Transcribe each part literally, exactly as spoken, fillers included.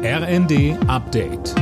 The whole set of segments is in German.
R N D Update.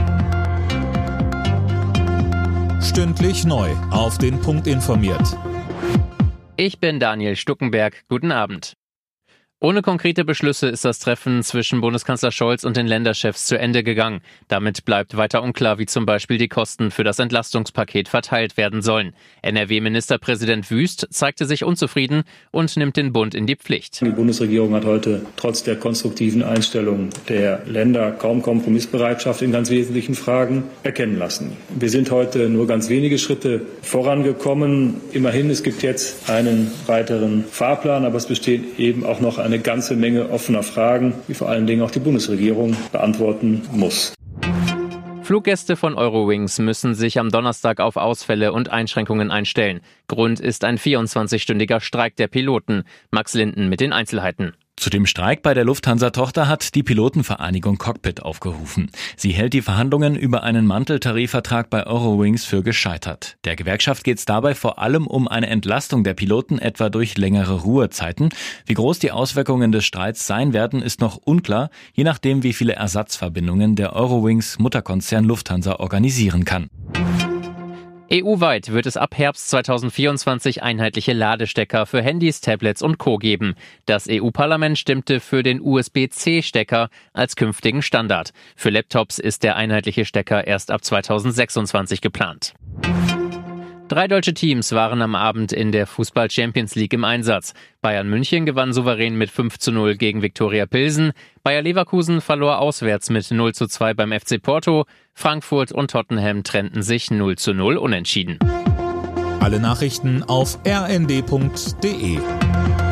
Stündlich neu auf den Punkt informiert. Ich bin Daniel Stuckenberg. Guten Abend. Ohne konkrete Beschlüsse ist das Treffen zwischen Bundeskanzler Scholz und den Länderchefs zu Ende gegangen. Damit bleibt weiter unklar, wie zum Beispiel die Kosten für das Entlastungspaket verteilt werden sollen. N R W-Ministerpräsident Wüst zeigte sich unzufrieden und nimmt den Bund in die Pflicht. Die Bundesregierung hat heute trotz der konstruktiven Einstellung der Länder kaum Kompromissbereitschaft in ganz wesentlichen Fragen erkennen lassen. Wir sind heute nur ganz wenige Schritte vorangekommen. Immerhin, es gibt jetzt einen weiteren Fahrplan, aber es besteht eben auch noch ein eine ganze Menge offener Fragen, die vor allen Dingen auch die Bundesregierung beantworten muss. Fluggäste von Eurowings müssen sich am Donnerstag auf Ausfälle und Einschränkungen einstellen. Grund ist ein vierundzwanzigstündiger Streik der Piloten. Max Linden mit den Einzelheiten. Zu dem Streik bei der Lufthansa-Tochter hat die Pilotenvereinigung Cockpit aufgerufen. Sie hält die Verhandlungen über einen Manteltarifvertrag bei Eurowings für gescheitert. Der Gewerkschaft geht es dabei vor allem um eine Entlastung der Piloten, etwa durch längere Ruhezeiten. Wie groß die Auswirkungen des Streits sein werden, ist noch unklar, je nachdem, wie viele Ersatzverbindungen der Eurowings-Mutterkonzern Lufthansa organisieren kann. E U-weit wird es ab Herbst zweitausendvierundzwanzig einheitliche Ladestecker für Handys, Tablets und Co. geben. Das E U-Parlament stimmte für den U S B C Stecker als künftigen Standard. Für Laptops ist der einheitliche Stecker erst ab zweitausendsechsundzwanzig geplant. Drei deutsche Teams waren am Abend in der Fußball-Champions League im Einsatz. Bayern München gewann souverän mit fünf zu null gegen Viktoria Pilsen. Bayer Leverkusen verlor auswärts mit null zu zwei beim F C Porto. Frankfurt und Tottenham trennten sich null zu null unentschieden. Alle Nachrichten auf r n d punkt d e.